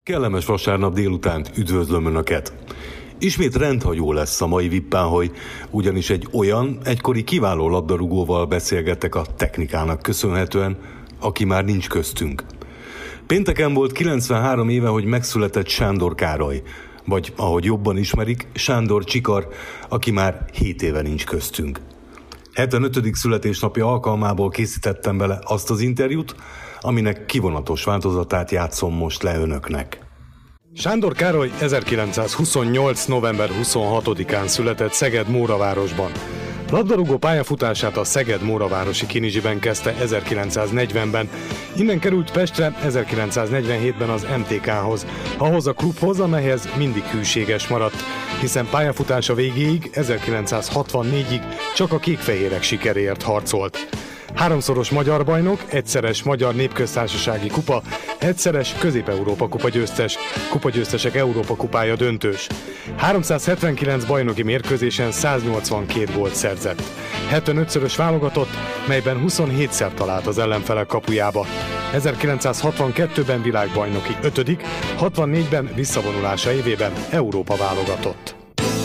Kellemes vasárnap délutánt üdvözlöm Önöket! Ismét rendhagyó lesz a mai Vippáholy, ugyanis egy olyan, egykori kiváló labdarúgóval beszélgettek a technikának köszönhetően, aki már nincs köztünk. Pénteken volt 93 éve, hogy megszületett Sándor Károly, vagy ahogy jobban ismerik, Sándor Csikar, aki már 7 éve nincs köztünk. 75. születésnapja alkalmából készítettem vele azt az interjút, aminek kivonatos változatát játszom most le Önöknek. Sándor Károly 1928. november 26-án született Szeged-Móravárosban. Labdarúgó pályafutását a Szeged-Móravárosi Kinizsiben kezdte 1940-ben, innen került Pestre 1947-ben az MTK-hoz, ahhoz a klubhoz, amelyhez mindig hűséges maradt, hiszen pályafutása végéig, 1964-ig csak a kékfehérek sikeréért harcolt. Háromszoros magyar bajnok, egyszeres magyar népköztársasági kupa, egyszeres Közép-Európa kupa győztes, kupagyőztesek Európa kupája döntős. 379 bajnoki mérkőzésen 182 gólt szerzett. 75-szörös válogatott, melyben 27-szer talált az ellenfelek kapujába. 1962-ben világbajnoki 5., 64-ben visszavonulása évében Európa válogatott.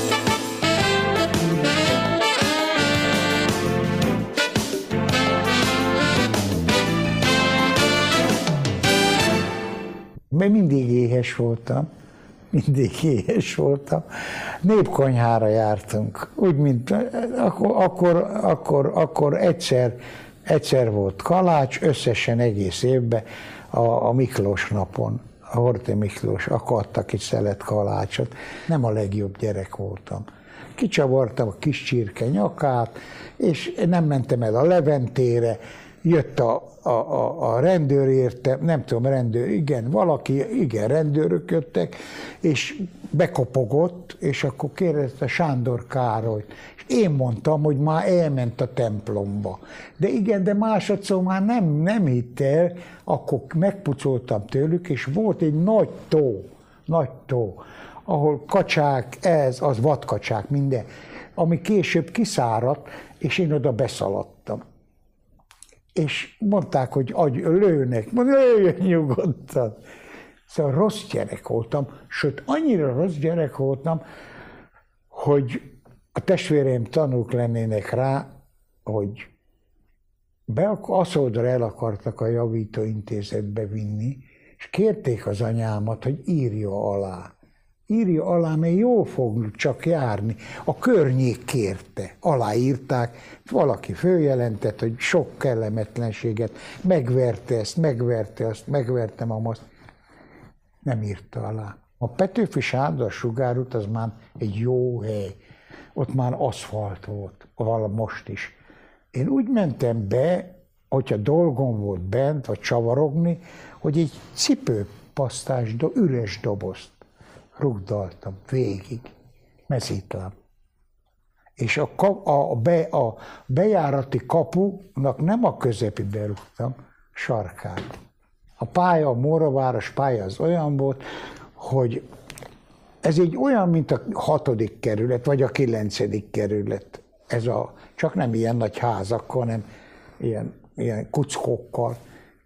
Mert mindig éhes voltam. Népkonyhára jártunk, úgy, mint akkor egyszer volt kalács, összesen egész évben a Miklós napon, a Horthy Miklós, akkor adtak egy szelet kalácsot. Nem a legjobb gyerek voltam. Kicsavartam a kis csirke nyakát, és nem mentem el a Leventére, jött a rendőr érte, nem tudom, rendőrök jöttek, és bekopogott, és akkor kérdezte Sándor Károlyt. És én mondtam, hogy már elment a templomba. De másodszor már nem hitt el, akkor megpucoltam tőlük, és volt egy nagy tó, ahol kacsák, az vadkacsák, minden, ami később kiszáradt, és én oda beszaladtam. És mondták, hogy lőnek, lőjön nyugodtan. Szóval rossz gyerek voltam, sőt annyira rossz gyerek voltam, hogy a testvéreim tanúk lennének rá, hogy Aszódra el akartak a javítóintézetbe vinni, és kérték az anyámat, hogy írja alá, mert jól fog csak járni. A környék kérte, aláírták, valaki följelentett, hogy sok kellemetlenséget, megverte ezt, megverte azt, megvertem azt. Nem írta alá. A Petőfi Sándor sugárút az már egy jó hely. Ott már aszfalt volt, most is. Én úgy mentem be, hogyha dolgom volt bent, vagy csavarogni, hogy egy cipőpasztás, üres dobozt rugdaltam végig, mezítláb. És a bejárati kapunak nem a közepébe rúgtam, sarkát. A Móraváros pálya az olyan volt, hogy ez egy olyan, mint a 6. kerület, vagy a 9. kerület. Csak nem ilyen nagy házakkal, hanem ilyen kuckókkal.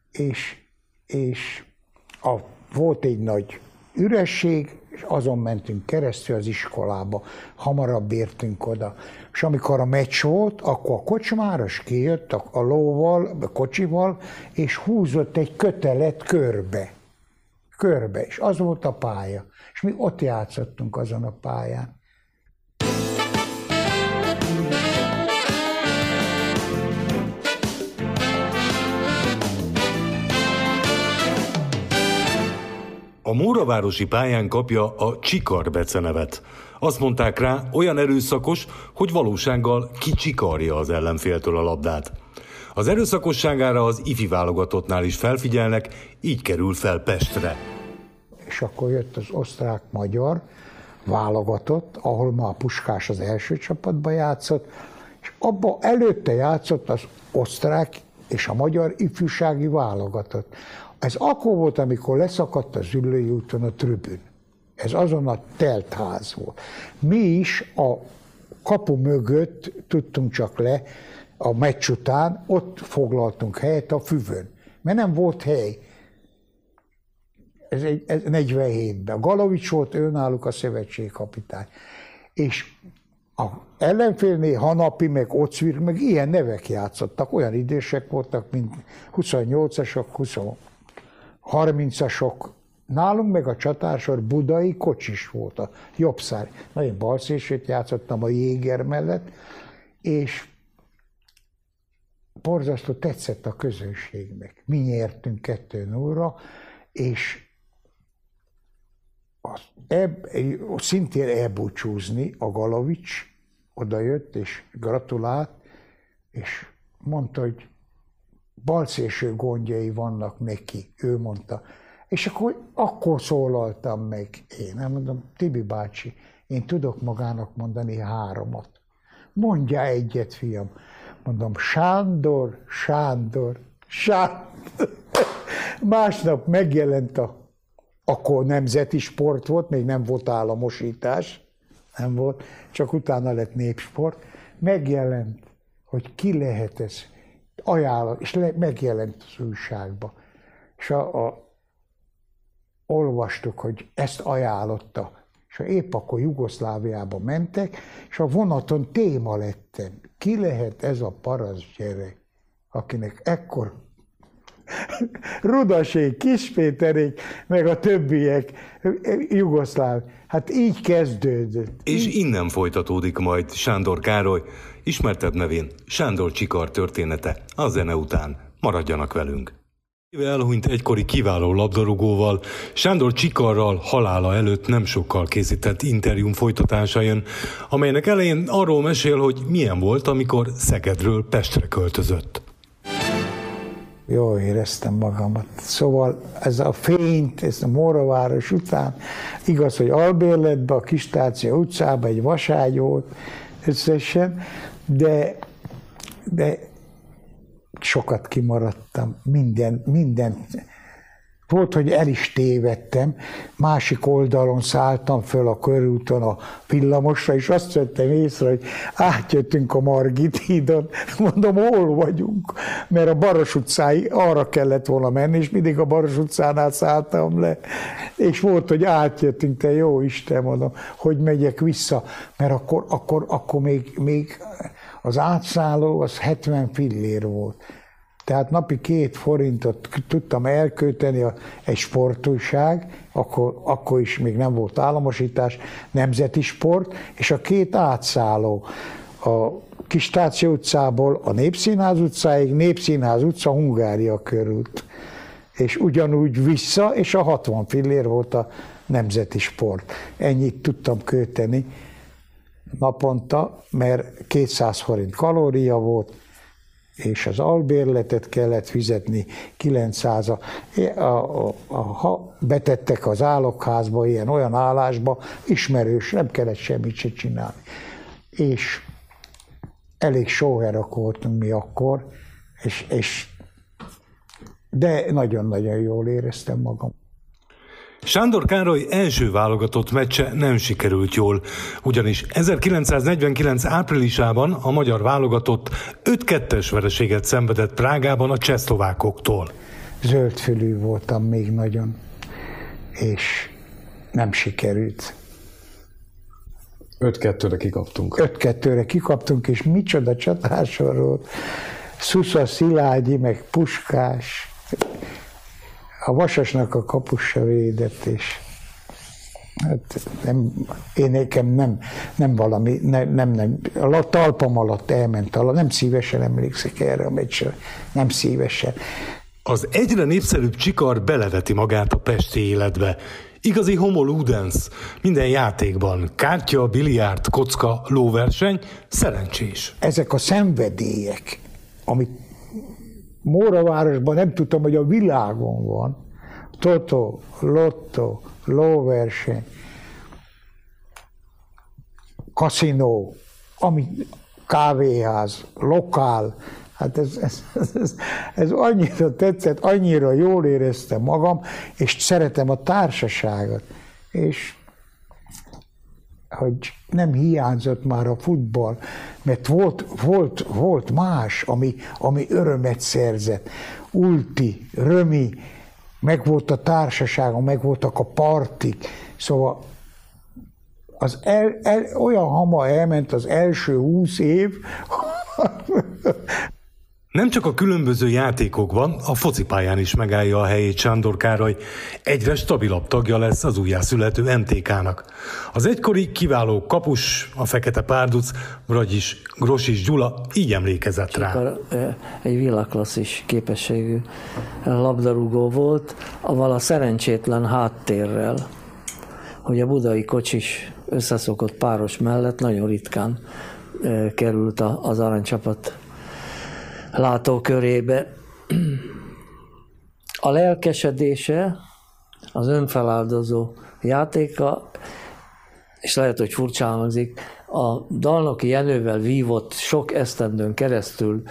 És volt egy nagy üresség, és azon mentünk keresztül az iskolába, hamarabb értünk oda. És amikor a meccs volt, akkor a kocsmáros kijött a lóval, a kocsival, és húzott egy kötelet körbe, és az volt a pálya. És mi ott játszottunk azon a pályán. A móravárosi pályán kapja a Csikar becenevet. Azt mondták rá, olyan erőszakos, hogy valósággal kicsikarja az ellenféltől a labdát. Az erőszakosságára az ifi válogatottnál is felfigyelnek, így kerül fel Pestre. És akkor jött az osztrák-magyar válogatott, ahol már a Puskás az első csapatban játszott, és abban előtte játszott az osztrák és a magyar ifjúsági válogatott. Ez akkor volt, amikor leszakadt az Üllői úton a tribün. Ez azon a telt ház volt. Mi is a kapu mögött tudtunk csak le a meccs után, ott foglaltunk helyet a füvön, mert nem volt hely. ez 47-ben. Galovics volt ő náluk a szövetségkapitány. És a ellenfélnél Hanapi, meg Ocvir, meg ilyen nevek játszottak, olyan idősek voltak, mint 28-asok, 30-asok. Nálunk meg a csatársor Budai Kocsis volt, a jobbszár. Na, én balszélsőt játszottam a Jéger mellett, és borzasztó tetszett a közönségnek. Mi nyertünk 2-0-ra, és szintén elbúcsúzni a Galovics odajött, és gratulált, és mondta, hogy balszélső gondjai vannak neki, ő mondta. És akkor szólaltam meg én, nem mondom, Tibi bácsi, én tudok magának mondani 3. Mondja egyet, fiam. Mondom, Sándor, Sándor, Sándor. Másnap megjelent akkor nemzeti sport volt, még nem volt államosítás, nem volt, csak utána lett népsport. Megjelent, hogy ki lehet ez, ajánlat, és megjelent az újságba. És olvastuk, hogy ezt ajánlotta. És épp akkor Jugoszláviába mentek, és a vonaton téma lettem. Ki lehet ez a parasz gyerek, akinek ekkor Rudasék, Kispéterék, meg a többiek, jugoszláv. Hát így kezdődött. És innen folytatódik majd Sándor Károly, ismertebb nevén Sándor Csikar története a zene után. Maradjanak velünk. Elhunyt egykori kiváló labdarúgóval, Sándor Csikarral halála előtt nem sokkal készített interjún folytatása jön, amelynek elején arról mesél, hogy milyen volt, amikor Szegedről Pestre költözött. Jól éreztem magamat. Szóval ez a fényt, ez a Móraváros után, igaz, hogy albérletben, a Kistácia utcában egy vaságy volt összesen, de sokat kimaradtam, minden. Volt, hogy el is tévedtem, másik oldalon szálltam föl a körúton a villamosra, és azt vettem észre, hogy átjöttünk a Margit hídon, mondom, hol vagyunk, mert a Baros utcáig arra kellett volna menni, és mindig a Baros utcánál szálltam le, és volt, hogy átjöttünk, te jó Isten, mondom, hogy megyek vissza, mert akkor még az átszálló az 70 fillér volt. Tehát napi 2 forintot tudtam elkölteni egy sportújság, akkor is még nem volt államosítás, nemzeti sport, és a 2 átszálló. A Kistácia utcából a Népszínház utcáig, Népszínház utca, Hungária körút. És ugyanúgy vissza, és a 60 fillér volt a nemzeti sport. Ennyit tudtam költeni naponta, mert 200 forint kalória volt, és az albérletet kellett fizetni 900. Ha betettek az álokházba, olyan állásba, ismerős, nem kellett semmit se csinálni. És elég sóherek voltunk mi akkor, de nagyon-nagyon jól éreztem magam. Sándor Károly első válogatott meccse nem sikerült jól, ugyanis 1949. áprilisában a magyar válogatott 5-2-es vereséget szenvedett Prágában a csehszlovákoktól. Zöldfülű voltam még nagyon, és nem sikerült. 5-2-re kikaptunk. 5-2-re kikaptunk, és micsoda csatásor volt. Szusza, Szilágyi, meg Puskás. A Vasasnak a kapusa védett, és hát nekem nem valami, a talpam alatt elment, nem szívesen emlékszek erre a meccsre, nem szívesen. Az egyre népszerűbb Csikar beleveti magát a pesti életbe. Igazi homo ludens, minden játékban, kártya, biliárd, kocka, lóverseny, szerencsés. Ezek a szenvedélyek, amit Móravárosban nem tudtam, hogy a világon van. Totó, lottó, lóverseny, kaszinó, kávéház, lokál. Hát ez annyira tetszett, annyira jól éreztem magam, és szeretem a társaságot. És hogy nem hiányzott már a futball, mert volt más, ami örömet szerzett. Ulti, Römi, meg volt a társaságom, meg voltak a partik, szóval olyan hamar elment az első 20 év. Nem csak a különböző játékokban, a focipályán is megállja a helyét Sándor Károly, egyre stabilabb tagja lesz az újjászülető MTK-nak. Az egykori kiváló kapus, a Fekete Párduc, vagyis Grosics Gyula így emlékezett rá. Egy világklasszis képességű labdarúgó volt, avval a szerencsétlen háttérrel, hogy a budai kocsis összeszokott páros mellett nagyon ritkán került az aranycsapat látókörébe. A lelkesedése, az önfeláldozó játéka, és lehet, hogy furcsán hangzik, a Dalnoki Jenővel vívott sok esztendőn keresztül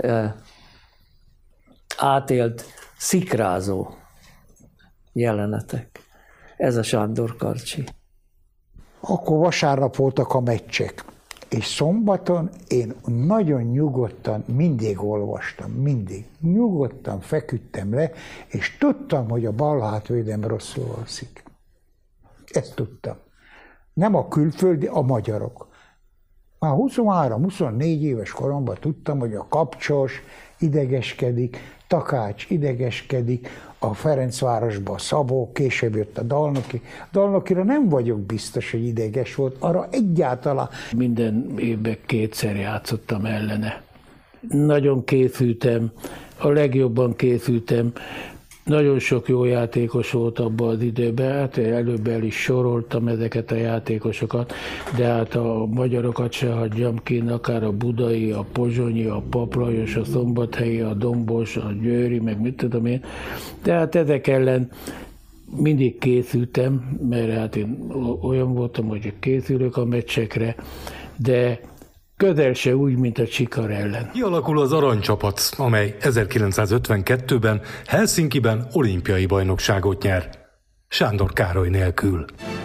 átélt szikrázó jelenetek. Ez a Sándor Karcsi. Akkor vasárnap voltak a meccsek, és szombaton én nagyon nyugodtan mindig olvastam, mindig. Nyugodtan feküdtem le, és tudtam, hogy a bal hátvédem rosszul alszik. Ezt tudtam. Nem a külföldi, a magyarok. Már 23-24 éves koromban tudtam, hogy a Kapcsos idegeskedik, Takács idegeskedik, a Ferencvárosban Szabó, később jött a Dalnoki. Dalnokira nem vagyok biztos, hogy ideges volt, arra egyáltalán. Minden évben 2-szer játszottam ellene. Nagyon készültem, a legjobban készültem. Nagyon sok jó játékos volt abban az időben, hát előbb el is soroltam ezeket a játékosokat, de hát a magyarokat se hagyjam ki, akár a budai, a pozsonyi, a Paplajos, a szombathelyi, a dombos, a győri, meg mit tudom én. De hát ezek ellen mindig készültem, mert hát én olyan voltam, hogy készülök a meccsekre, de közel se úgy, mint a Csikar ellen. Kialakul az aranycsapat, amely 1952-ben Helsinkiben olimpiai bajnokságot nyer. Sándor Károly nélkül.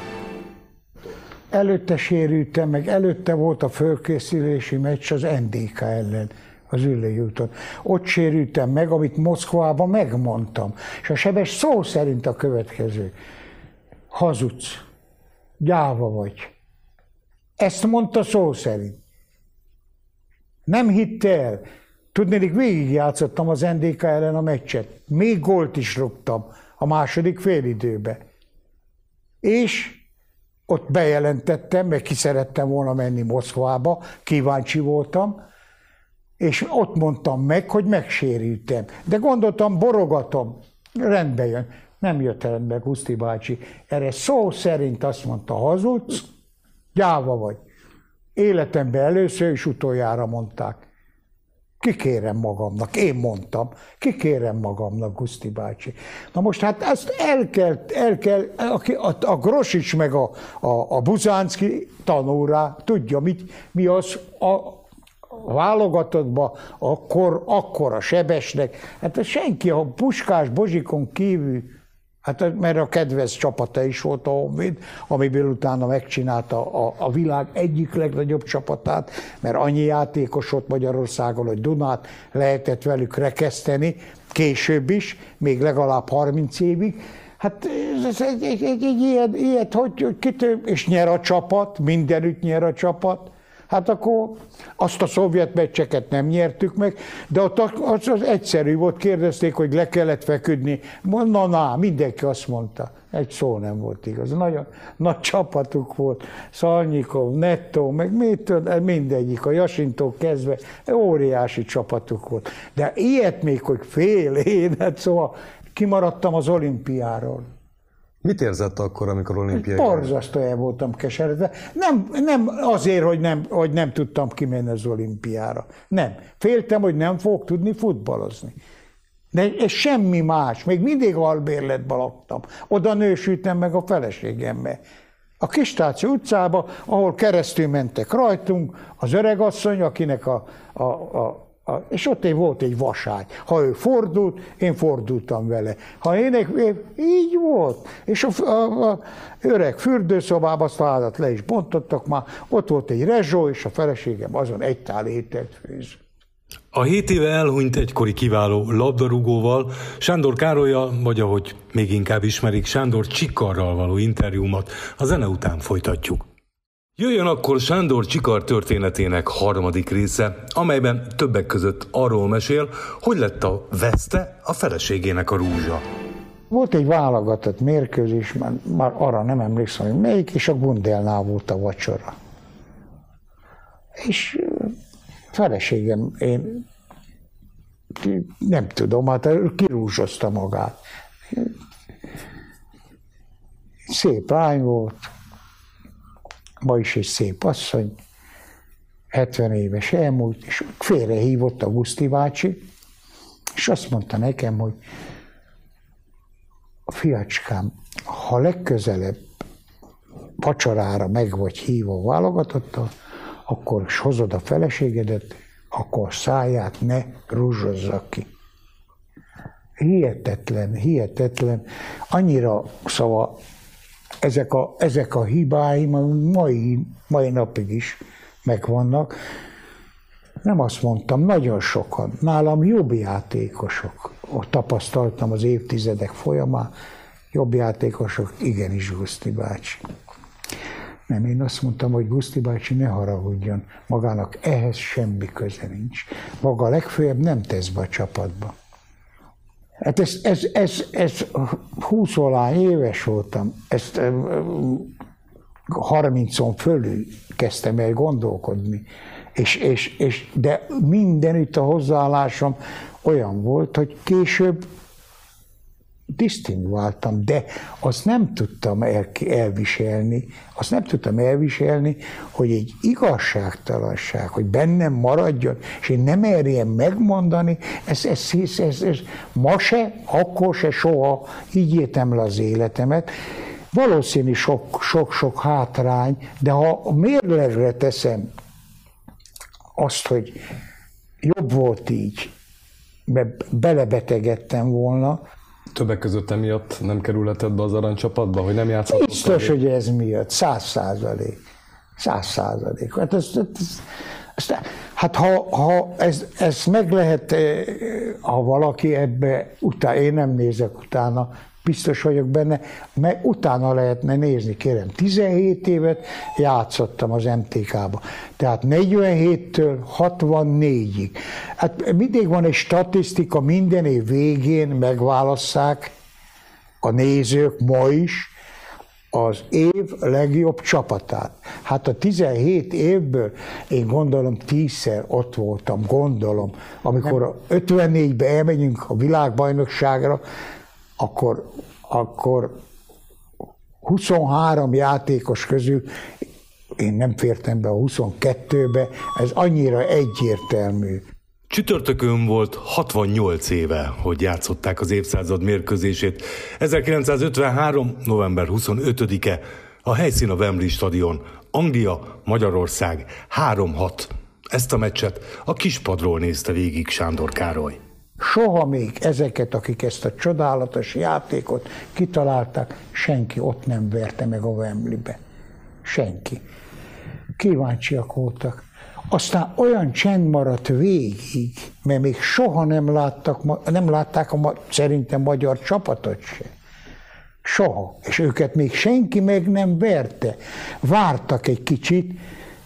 Előtte sérültem, meg előtte volt a fölkészülési meccs az NDK ellen, az Üllői úton. Ott sérültem meg, amit Moszkvában megmondtam. És a sebes szó szerint a következő. Hazudsz, gyáva vagy. Ezt mondta szó szerint. Nem hitte el. Tudnélik, végigjátszottam az NDK ellen a meccset. Még gólt is rúgtam a második félidőbe. És ott bejelentettem, meg ki szerettem volna menni Moszkvába, kíváncsi voltam, és ott mondtam meg, hogy megsérültem. De gondoltam, borogatom, rendbe jön. Nem jött rendbe, Guszti bácsi. Erre szó szerint azt mondta, hazudsz, gyáva vagy. Életemben először és utoljára mondták. Kikérem magamnak, én mondtam, kikérem magamnak, Guszti bácsi. Na most hát ezt el kell a Grosics meg a Buzánszky tanul rá, tudja, mi az a válogatottban, akkor a sebesnek. Hát senki, a Puskás Bozsikon kívül, hát mert a kedvenc csapata is volt a Honvéd, amiből utána megcsinálta a világ egyik legnagyobb csapatát, mert annyi játékos volt Magyarországon, hogy Dunát lehetett velük rekeszteni, később is, még legalább 30 évig. Hát ez egy ilyet, hogy és nyer a csapat, mindenütt nyer a csapat. Hát akkor azt a szovjet meccseket nem nyertük meg, de ott az egyszerű volt, kérdezték, hogy le kellett feküdni. Na, mindenki azt mondta. Egy szó nem volt igaz. Nagyon nagy csapatuk volt. Szalnyikov, Nettó, meg mindegyik, a Jasintól kezdve óriási csapatuk volt. De ilyet még, hogy fél évet, szóval kimaradtam az olimpiáról. Mit érzett akkor, amikor olimpiai? Borzasztó el voltam keseredve. Nem azért, hogy nem tudtam kimenni az olimpiára. Nem. Féltem, hogy nem fogok tudni futballozni. De ez semmi más. Még mindig albérletben laktam. Oda nősültem meg a feleségemmel. A Kistáci utcába, ahol keresztül mentek rajtunk, az öregasszony, akinek és ott volt egy vaságy. Ha ő fordult, én fordultam vele. Ha így volt. És a öreg fürdőszobában azt vádat le is bontottak már, ott volt egy rezsó, és a feleségem azon egy tál ételt főz. A 7 éve elhunyt egykori kiváló labdarúgóval, Sándor Károlyal, vagy ahogy még inkább ismerik, Sándor Csikarral való interjúmat a zene után folytatjuk. Jöjjön akkor Sándor Csikar történetének harmadik része, amelyben többek között arról mesél, hogy lett a veszte a feleségének a rúzsa. Volt egy válogatott mérkőzés, már arra nem emlékszem, hogy melyik, és a Gundelnál volt a vacsora. És feleségem, én nem tudom, hát kirúzsozta magát. Szép lány volt, ma is egy szép asszony, 70 éves elmúlt, és félrehívott a Guszti bácsi, és azt mondta nekem, hogy fiacskám, ha legközelebb vacsorára meg vagy hívva válogatottal, akkor is hozod a feleségedet, akkor száját ne rúzsozza ki. Hihetetlen, hihetetlen. Annyira, szóval ezek a hibáim mai napig is megvannak. Nem azt mondtam, nagyon sokan, nálam jobb játékosok, ott tapasztaltam az évtizedek folyamán, jobb játékosok, igenis Guszti bácsi. Nem, én azt mondtam, hogy Guszti bácsi ne haragudjon, magának ehhez semmi köze nincs. Maga legfőjebb nem tesz be a csapatba. Hát ez 20-valány éves voltam, ezt 30-on fölül kezdtem el gondolkodni. De mindenütt a hozzáállásom olyan volt, hogy később disztingváltam, de azt nem tudtam elviselni, hogy egy igazságtalanság, hogy bennem maradjon, és én nem merjem megmondani, ez ma se, akkor se, soha így éltem le az életemet. Valószínű sok hátrány, de ha mérlegre teszem azt, hogy jobb volt így, mert belebetegedtem volna. Többek között emiatt nem kerülhetett be az aranycsapatba, hogy nem játszhatott? Biztos, hogy ez miatt, 100%. 100%. Hát ha ez meg lehet, ha valaki ebbe, én nem nézek utána, biztos vagyok benne, mert utána lehetne nézni, kérem. 17 évet játszottam az MTK-ba, tehát 47-től 64-ig. Hát mindig van egy statisztika, minden év végén megválasszák a nézők, ma is, az év legjobb csapatát. Hát a 17 évből én gondolom 10-szer ott voltam, amikor 54-be elmegyünk a világbajnokságra, akkor 23 játékos közül én nem fértem be a 22-be, ez annyira egyértelmű. Csütörtökön volt 68 éve, hogy játszották az évszázad mérkőzését. 1953. november 25-e, a helyszín a Wembley stadion, Anglia, Magyarország 3-6. Ezt a meccset a kispadról nézte végig Sándor Károly. Soha még ezeket, akik ezt a csodálatos játékot kitalálták, senki ott nem verte meg a Wembleybe. Senki. Kíváncsiak voltak. Aztán olyan csend maradt végig, mert még soha nem látták szerintem magyar csapatot se. Soha. És őket még senki meg nem verte. Vártak egy kicsit,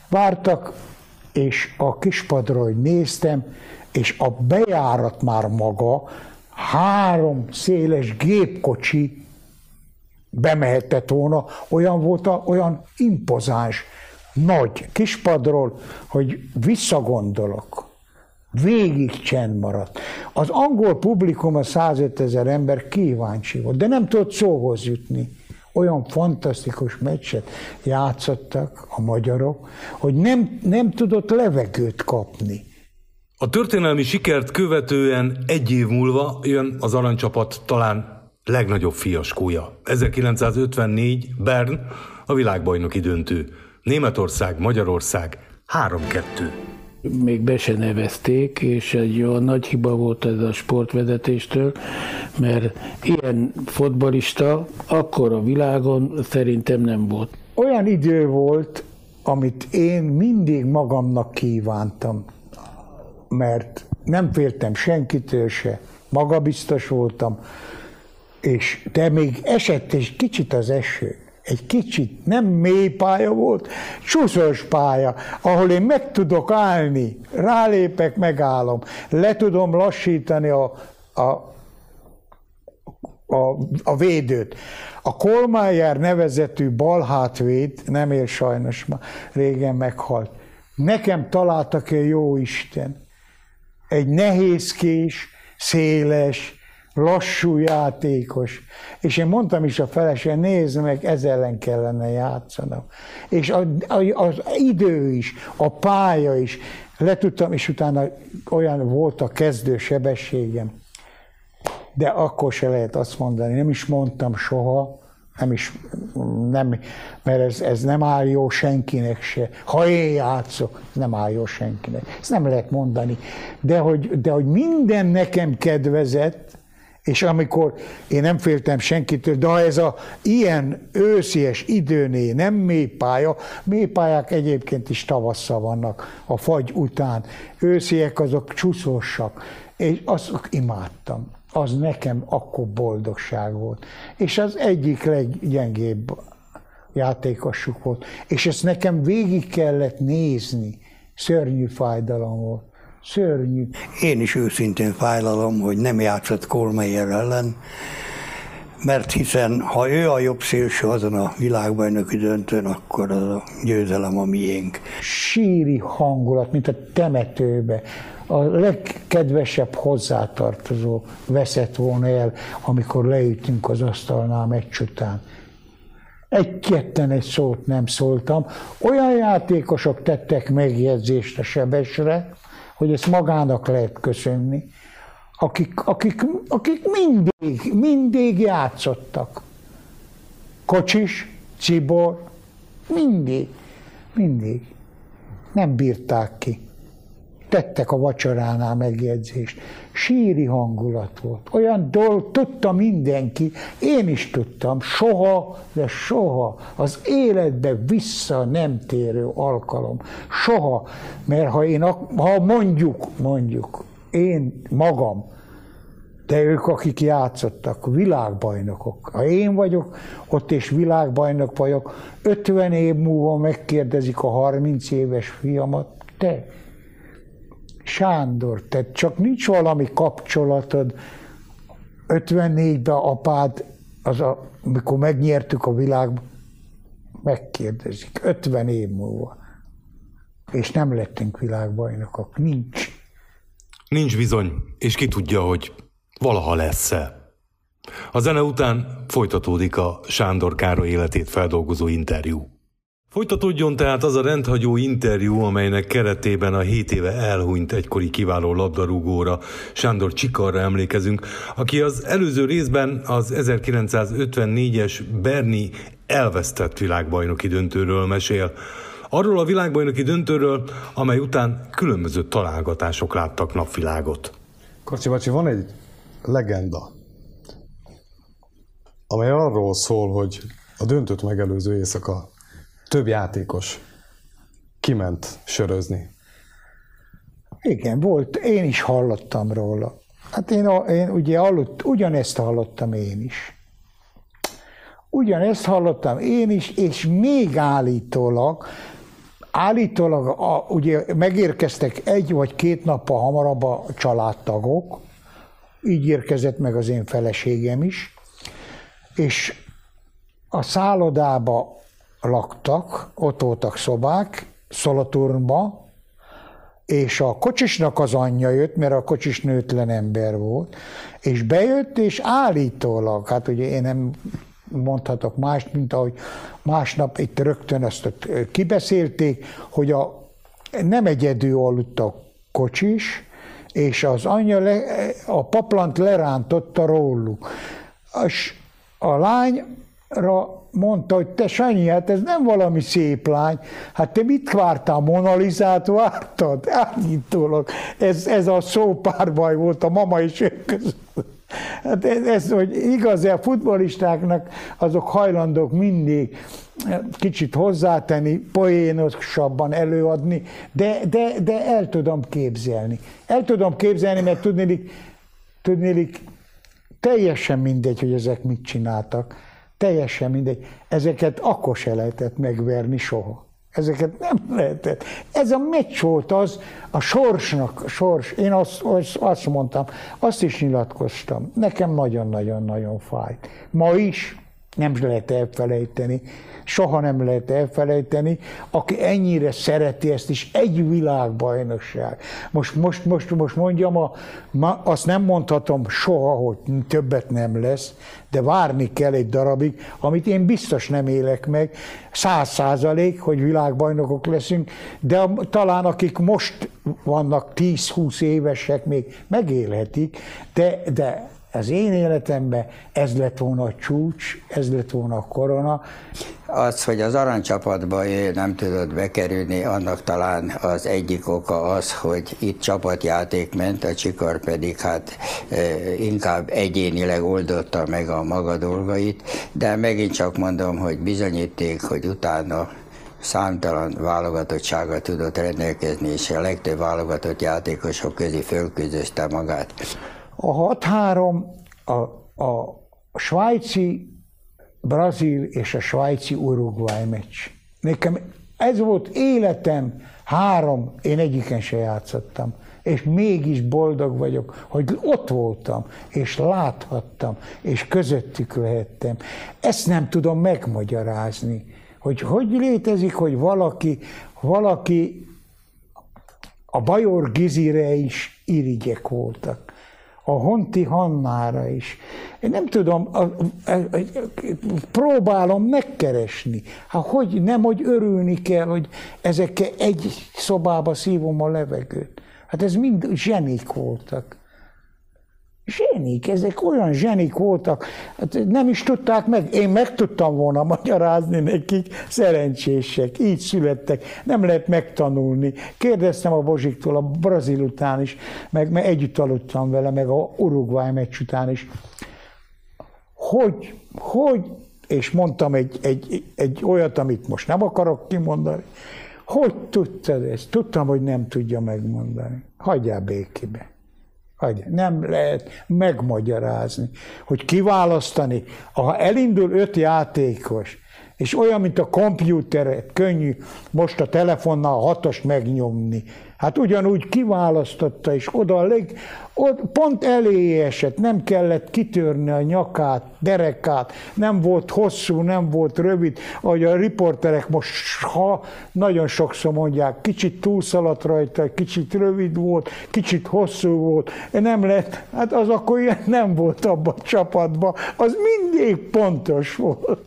és a kispadról néztem, és a bejárat már maga 3 széles gépkocsi bemehetett volna, olyan volt, olyan impozáns, nagy kispadról, hogy visszagondolok. Végig csend maradt. Az angol publikum, a 105 000 ember kíváncsi volt, de nem tudott szóhoz jutni. Olyan fantasztikus meccset játszottak a magyarok, hogy nem tudott levegőt kapni. A történelmi sikert követően egy év múlva jön az aranycsapat talán legnagyobb fiaskója. 1954, Bern, a világbajnoki döntő. Németország, Magyarország 3-2. Még be se nevezték, és egy olyan nagy hiba volt ez a sportvezetéstől, mert ilyen fotballista akkor a világon szerintem nem volt. Olyan idő volt, amit én mindig magamnak kívántam, mert nem féltem senkitől se, magabiztos voltam, de még esett egy kicsit az eső. Egy kicsit, nem mély pálya volt, csúszós pálya, ahol én meg tudok állni, rálépek, megállom, le tudom lassítani a védőt. A Kohlmeier nevezetű balhátvéd, nem él sajnos, már régen meghalt. Nekem találtak egy jó Isten. Egy nehézkés, széles, lassú játékos. És én mondtam is a felesén, nézd meg, ez ellen kellene játszanom. És az idő is, a pálya is, letudtam, és utána olyan volt a kezdő sebességem. De akkor se lehet azt mondani, nem is mondtam soha, mert ez nem áll jó senkinek se. Ha én játszok, nem áll jó senkinek. Ezt nem lehet mondani. De hogy minden nekem kedvezett, és amikor én nem féltem senkitől, de ha ez ilyen őszies időnél nem mélypályák egyébként is tavasszal vannak, a fagy után, ősziek azok csúszósak, és azt imádtam. Az nekem akkor boldogság volt. És az egyik leggyengébb játékosuk volt. És ezt nekem végig kellett nézni. Szörnyű fájdalom volt. Szörnyű. Én is őszintén fájlalom, hogy nem játszott Kohlmeier ellen, mert hiszen ha ő a jobb szélső azon a világbajnoki döntőn, akkor az a győzelem a miénk. Síri hangulat, mint a temetőbe. A legkedvesebb hozzátartozó veszett volna el, amikor leütünk az asztalnál meccs után. Egy-ketten egy szót nem szóltam. Olyan játékosok tettek megjegyzést a Sebesre, hogy ezt magának lehet köszönni, akik mindig játszottak. Kocsis, Csibor, mindig. Nem bírták ki. Tettek a vacsoránál megjegyzést. Síri hangulat volt. Olyan dolog, tudta mindenki, én is tudtam, soha az életbe vissza nem térő alkalom. Soha. Mert ha mondjuk, én magam, de ők, akik játszottak, világbajnokok. Ha én vagyok ott és világbajnok vagyok, 50 év múlva megkérdezik a 30 éves fiamat, te, Sándor, te csak nincs valami kapcsolatod, 54-ben apád, amikor megnyertük a világban, megkérdezik, 50 év múlva. És nem lettünk világbajnokok, nincs. Nincs bizony, és ki tudja, hogy valaha lesz-e. A zene után folytatódik a Sándor Károly életét feldolgozó interjú. Folytatódjon tehát az a rendhagyó interjú, amelynek keretében a 7 éve elhunyt egykori kiváló labdarúgóra, Sándor Csikarra emlékezünk, aki az előző részben az 1954-es berni elvesztett világbajnoki döntőről mesél. Arról a világbajnoki döntőről, amely után különböző találgatások láttak napvilágot. Karcsi bácsi, van egy legenda, amely arról szól, hogy a döntőt megelőző éjszaka több játékos kiment sörözni. Igen, volt, én is hallottam róla. Hát én ugye ugyanezt hallottam én is. És még állítólag ugye megérkeztek 1 vagy 2 nappal hamarabb a családtagok, így érkezett meg az én feleségem is, és a szállodába laktak, ott voltak szobák, Szolaturmba, és a kocsisnak az anyja jött, mert a kocsis nőtlen ember volt, és bejött, és állítólag, hát ugye én nem mondhatok mást, mint ahogy másnap itt rögtön azt kibeszélték, hogy nem egyedül aludt a kocsis, és az anyja a paplant lerántotta róluk. És a lányra mondta, hogy te Sanyi, hát ez nem valami szép lány, hát te mit vártál, Mona Lisát vártad? Állítólag ez a szópárbaj volt a mama és ők között. Hát ez, hogy igaz, a futballistáknak azok hajlandók mindig kicsit hozzátenni, poénosabban előadni, de el tudom képzelni. El tudom képzelni, mert tudnélik teljesen mindegy, hogy ezek mit csináltak. Teljesen mindegy. Ezeket akkor se lehetett megverni soha. Ezeket nem lehetett. Ez a meccs volt az, a sorsnak, én azt mondtam, azt is nyilatkoztam. Nekem nagyon-nagyon-nagyon fájt. Ma is nem lehet elfelejteni, soha nem lehet elfelejteni, aki ennyire szereti ezt is, egy világbajnokság. Most mondjam, azt nem mondhatom soha, hogy többet nem lesz, de várni kell egy darabig, amit én biztos nem élek meg, 100%, hogy világbajnokok leszünk, de talán akik most vannak 10-20 évesek, még megélhetik, de az én életemben ez lett volna a csúcs, ez lett volna a korona. Az, hogy az aranycsapatba nem tudott bekerülni, annak talán az egyik oka az, hogy itt csapatjáték ment, a Csikar pedig hát inkább egyénileg oldotta meg a maga dolgait, de megint csak mondom, hogy bizonyíték, hogy utána számtalan válogatottsággal tudott rendelkezni, és a legtöbb válogatott játékosok közé fölküzdözte magát. A 6-3, a svájci brazil és a svájci Uruguay meccs. Nekem ez volt életem 3, én egyiken se játszottam, és mégis boldog vagyok, hogy ott voltam, és láthattam, és közöttük lehettem. Ezt nem tudom megmagyarázni, hogy létezik, hogy valaki a Bajor Gizire is irigyek voltak. A Honti Hannára is. Én nem tudom, próbálom megkeresni. Hogy nem, hogy örülni kell, hogy ezekkel egy szobába szívom a levegőt. Hát ez mind zsenik voltak. Zsenik, ezek olyan zsenik voltak, hát nem is tudták meg, én meg tudtam volna magyarázni nekik, szerencsések, így születtek, nem lehet megtanulni. Kérdeztem a Bozsiktól a brazil után is, meg együtt aludtam vele, meg a Uruguay meccs után is, hogy és mondtam egy olyat, amit most nem akarok kimondani, hogy tudtad ezt? Tudtam, hogy nem tudja megmondani. Hagyjál békébe. Nem lehet megmagyarázni, hogy kiválasztani. Ha elindul 5 játékos, és olyan, mint a kompjúteret, könnyű most a telefonnal a 6-ost megnyomni. Hát ugyanúgy kiválasztotta, és oda pont elé esett, nem kellett kitörni a nyakát, derekát, nem volt hosszú, nem volt rövid, ahogy a riporterek most nagyon sokszor mondják, kicsit túlszaladt rajta, kicsit rövid volt, kicsit hosszú volt, nem lett, hát az akkor ilyen nem volt abban a csapatban, az mindig pontos volt.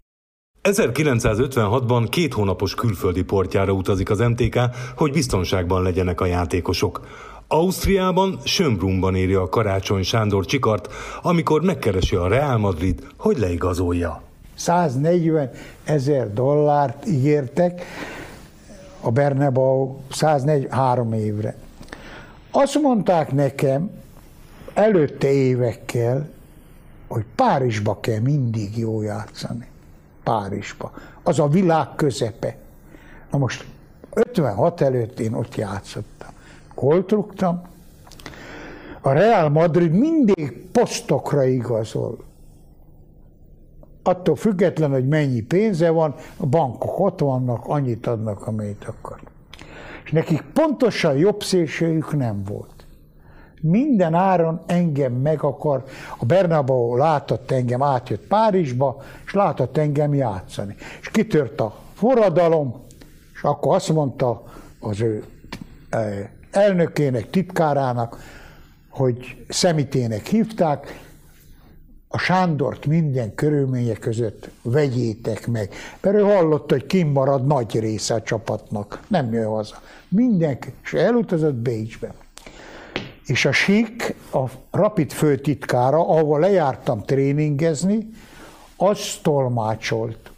1956-ban 2 hónapos külföldi portjára utazik az MTK, hogy biztonságban legyenek a játékosok. Ausztriában, Schönbrunn-ban írja a Karácsony Sándor Csikart, amikor megkeresi a Real Madrid, hogy leigazolja. $140 000 ígértek a Bernabéu 143 évre. Azt mondták nekem előtte évekkel, hogy Párizsba kell mindig jó játszani. Párizsba. Az a világ közepe. Na most 56 előtt én ott játszottam. Gólt rúgtam. A Real Madrid mindig posztokra igazol. Attól független, hogy mennyi pénze van, a bankok ott vannak, annyit adnak, amennyit akar. És nekik pontosan jobb szélsőjük nem volt. Minden áron engem meg akar, a Bernabéu látott engem, átjött Párizsba, és látott engem játszani. És kitört a forradalom, és akkor azt mondta az ő elnökének, titkárának, hogy Szemitének hívták, a Sándort minden körülmények között vegyétek meg. Mert ő hallotta, hogy kint marad nagy része a csapatnak, nem jön haza. Mindenki, és elutazott Bécsbe. És a Sik, a Rapid főtitkára, ahol lejártam tréningezni, az tolmácsolt.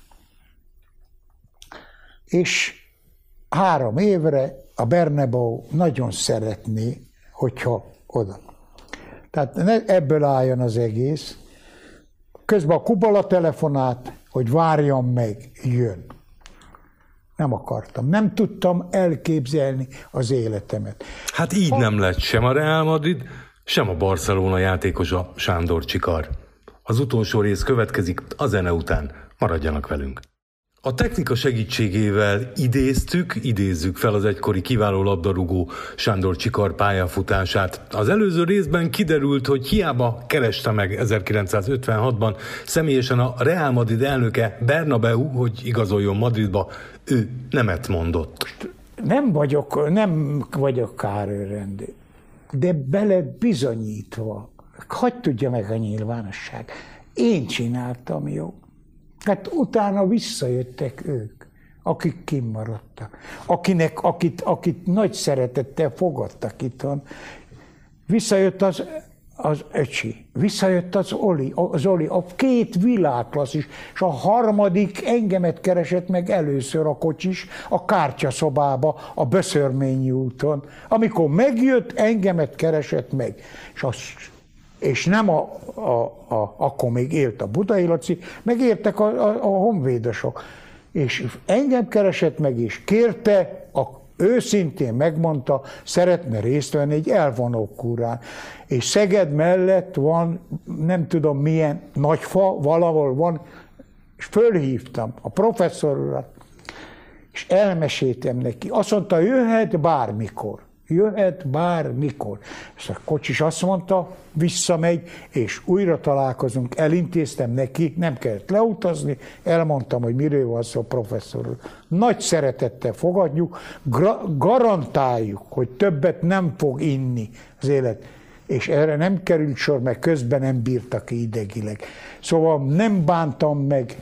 És 3 évre a Bernabéu nagyon szeretné, hogyha oda. Tehát ebből álljon az egész. Közben a Kubala telefonált, hogy várjam meg, jön. Nem akartam, nem tudtam elképzelni az életemet. Hát így nem lett sem a Real Madrid, sem a Barcelona játékosa Sándor Csikar. Az utolsó rész következik a zene után. Maradjanak velünk. A technika segítségével idézzük fel az egykori kiváló labdarúgó Sándor Csikar pályafutását. Az előző részben kiderült, hogy hiába kereste meg 1956-ban személyesen a Real Madrid elnöke Bernabeu, hogy igazoljon Madridba, ő nemet mondott. Nem vagyok kárőrendő, de bele bizonyítva, hadd tudja meg a nyilvánosság, én csináltam jó. Hát utána visszajöttek ők, akik kimaradtak, akit nagy szeretettel fogadtak itthon. Visszajött az öcsi, visszajött az Oli, a két világklasszis, és a harmadik engemet keresett meg először a kocsis a kártyaszobába, a Böszörményi úton. Amikor megjött, engemet keresett meg. És nem akkor még élt a Budai Laci, megértek a honvédosok. És engem keresett meg, és kérte, őszintén megmondta, szeretne részt venni egy elvonókúrán. És Szeged mellett van, nem tudom milyen nagyfa, valahol van, és fölhívtam a professzor urat, és elmeséltem neki. Azt mondta, jöhet bármikor. Jöhet bármikor. És a kocsis azt mondta, visszamegy, és újra találkozunk. Elintéztem neki, nem kellett leutazni, elmondtam, hogy miről van szó, professzor úr. Nagy szeretettel fogadjuk, garantáljuk, hogy többet nem fog inni az élet. És erre nem került sor, mert közben nem bírtak ki idegileg. Szóval nem bántam meg,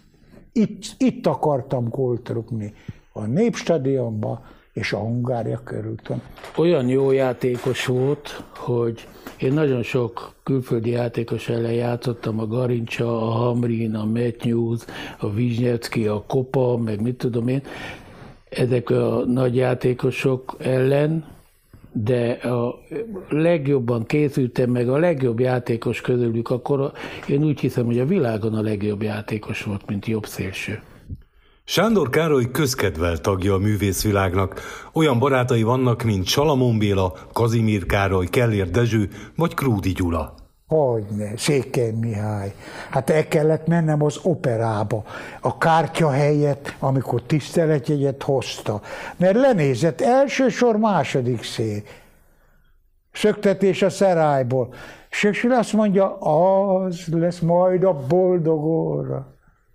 itt akartam gólt rúgni a Népstadionba, és a Hungária körúton. Olyan jó játékos volt, hogy én nagyon sok külföldi játékos ellen játszottam, a Garincsa, a Hamrin, a Matthews, a Wisniewski, a Kopa, meg mit tudom én, ezek a nagy játékosok ellen, de a legjobban készültem meg, a legjobb játékos közülük, akkor én úgy hiszem, hogy a világon a legjobb játékos volt, mint jobb szélső. Sándor Károly közkedvelt tagja a művészvilágnak. Olyan barátai vannak, mint Salamon Béla, Kazimír Károly, Kellér Dezső vagy Krúdy Gyula. Hogyne, Székely Mihály. Hát el kellett mennem az operába. A kártya helyett, amikor tiszteletjegyet hozta. Mert lenézett első sor, második szél. Szöktetés a Szerályból. És azt mondja, az lesz majd a boldog óra.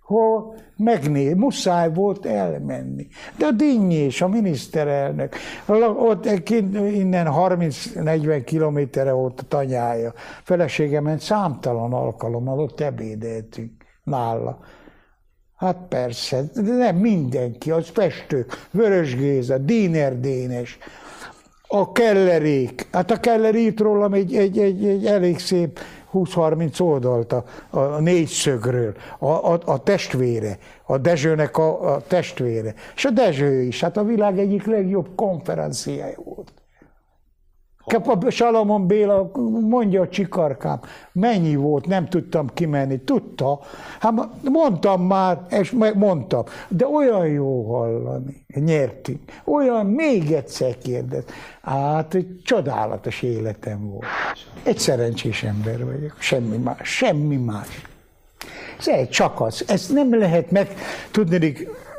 Muszáj volt elmenni. De a Dinnyés, a miniszterelnök, ott innen 30-40 kilométerre volt a tanyája. Felesége ment számtalan alkalommal, ott ebédeltünk nála. Hát persze, de nem mindenki, az festők, Vörös Géza, Díner Dénes, a Kellerék. Hát a Keller írt rólam egy elég szép 20-30 oldalt a négyszögről, a testvére, a Dezsőnek a testvére. És a Dezső is, hát a világ egyik legjobb konferenciája volt. Salamon Béla mondja a Csikarkám, mennyi volt, nem tudtam kimenni. Tudta, hát mondtam már, és mondtam, de olyan jó hallani, nyertünk. Olyan, még egyszer kérdez. Hát, egy csodálatos életem volt. Egy szerencsés ember vagyok, semmi más. Ez csak az, ezt nem lehet meg, tudni,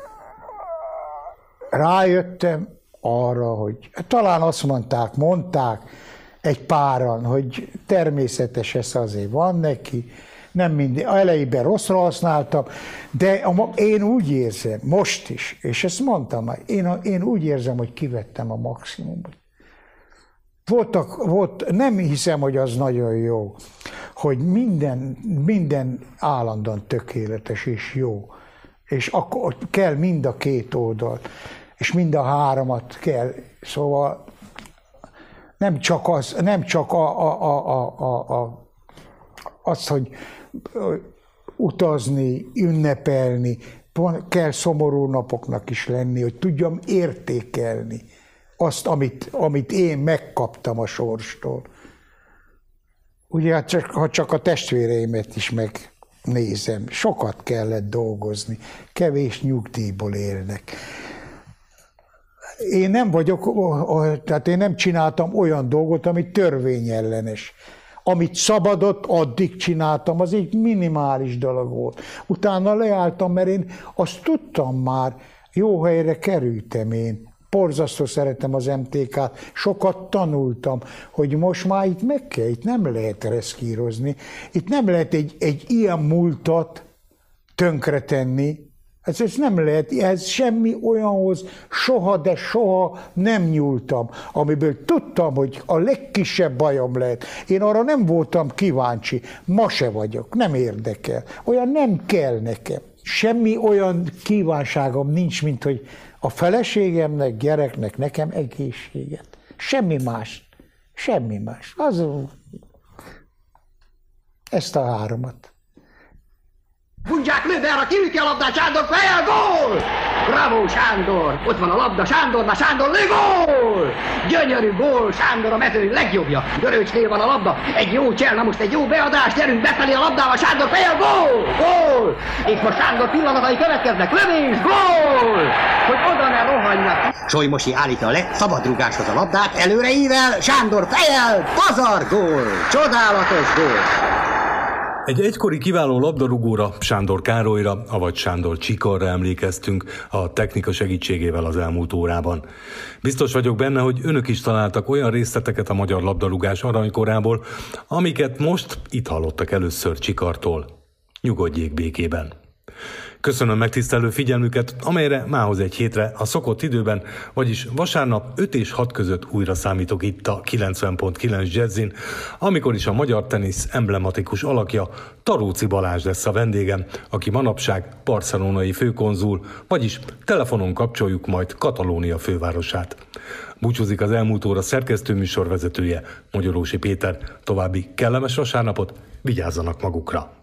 rájöttem arra, hogy talán azt mondták egy páran, hogy természetes ez azért van neki, nem mindig, elejében rosszra használtam, de én úgy érzem, most is, és ezt mondtam már, én úgy érzem, hogy kivettem a maximumot. Nem hiszem, hogy az nagyon jó, hogy minden állandóan tökéletes és jó, és akkor kell mind a két oldalt, és mind a háromat kell, szóval nem csak az, hogy utazni, ünnepelni, kell szomorú napoknak is lenni, hogy tudjam értékelni azt, amit én megkaptam a sorstól. Ugye, ha csak a testvéreimet is nézem, sokat kellett dolgozni, kevés nyugdíjból élnek. Én nem vagyok, tehát én nem csináltam olyan dolgot, ami törvényellenes. Amit szabadott, addig csináltam, az egy minimális dolog volt. Utána leálltam, mert én azt tudtam már, jó helyre kerültem én. Borzasztó szeretem az MTK-t, sokat tanultam, hogy most már itt meg kell, itt nem lehet reszkírozni, itt nem lehet egy ilyen múltat tönkretenni, ez nem lehet, ez semmi olyanhoz soha, de soha nem nyúltam, amiből tudtam, hogy a legkisebb bajom lehet. Én arra nem voltam kíváncsi, ma se vagyok, nem érdekel, olyan nem kell nekem. Semmi olyan kívánságom nincs, mint hogy a feleségemnek, gyereknek, nekem egészséget. Semmi más. Semmi más. Ezt a háromat. Bundzsák lő, de arra kiüti a labdát, Sándor fejjel, gól! Bravo, Sándor! Ott van a labda, Sándor, már Sándor lő, gól! Gyönyörű gól, Sándor a mezőny legjobbja. Göröcsnél van a labda, egy jó csel, na most egy jó beadás, gyerünk befelé a labdával, Sándor fejjel, gól! Gól! Itt most Sándor pillanatai következnek, lövés, gól! Hogy oda ne rohanjak. Solymosi állítja a szabadrugáshoz a labdát, előre ível, Sándor fejjel, pazar, gól! Csodálatos gól! Egy egykori kiváló labdarúgóra, Sándor Károlyra, avagy Sándor Csikarra emlékeztünk a technika segítségével az elmúlt órában. Biztos vagyok benne, hogy önök is találtak olyan részleteket a magyar labdarúgás aranykorából, amiket most itt hallottak először Csikartól. Nyugodjék békében! Köszönöm megtisztelő figyelmüket, amelyre mához egy hétre a szokott időben, vagyis vasárnap 5 és 6 között újra számítok itt a 90.9 Jazzin, amikor is a magyar tenisz emblematikus alakja, Taróci Balázs lesz a vendégem, aki manapság barcelonai főkonzul, vagyis telefonon kapcsoljuk majd Katalónia fővárosát. Búcsúzik az elmúlt óra szerkesztőműsor vezetője, Magyarósi Péter. További kellemes vasárnapot, vigyázzanak magukra!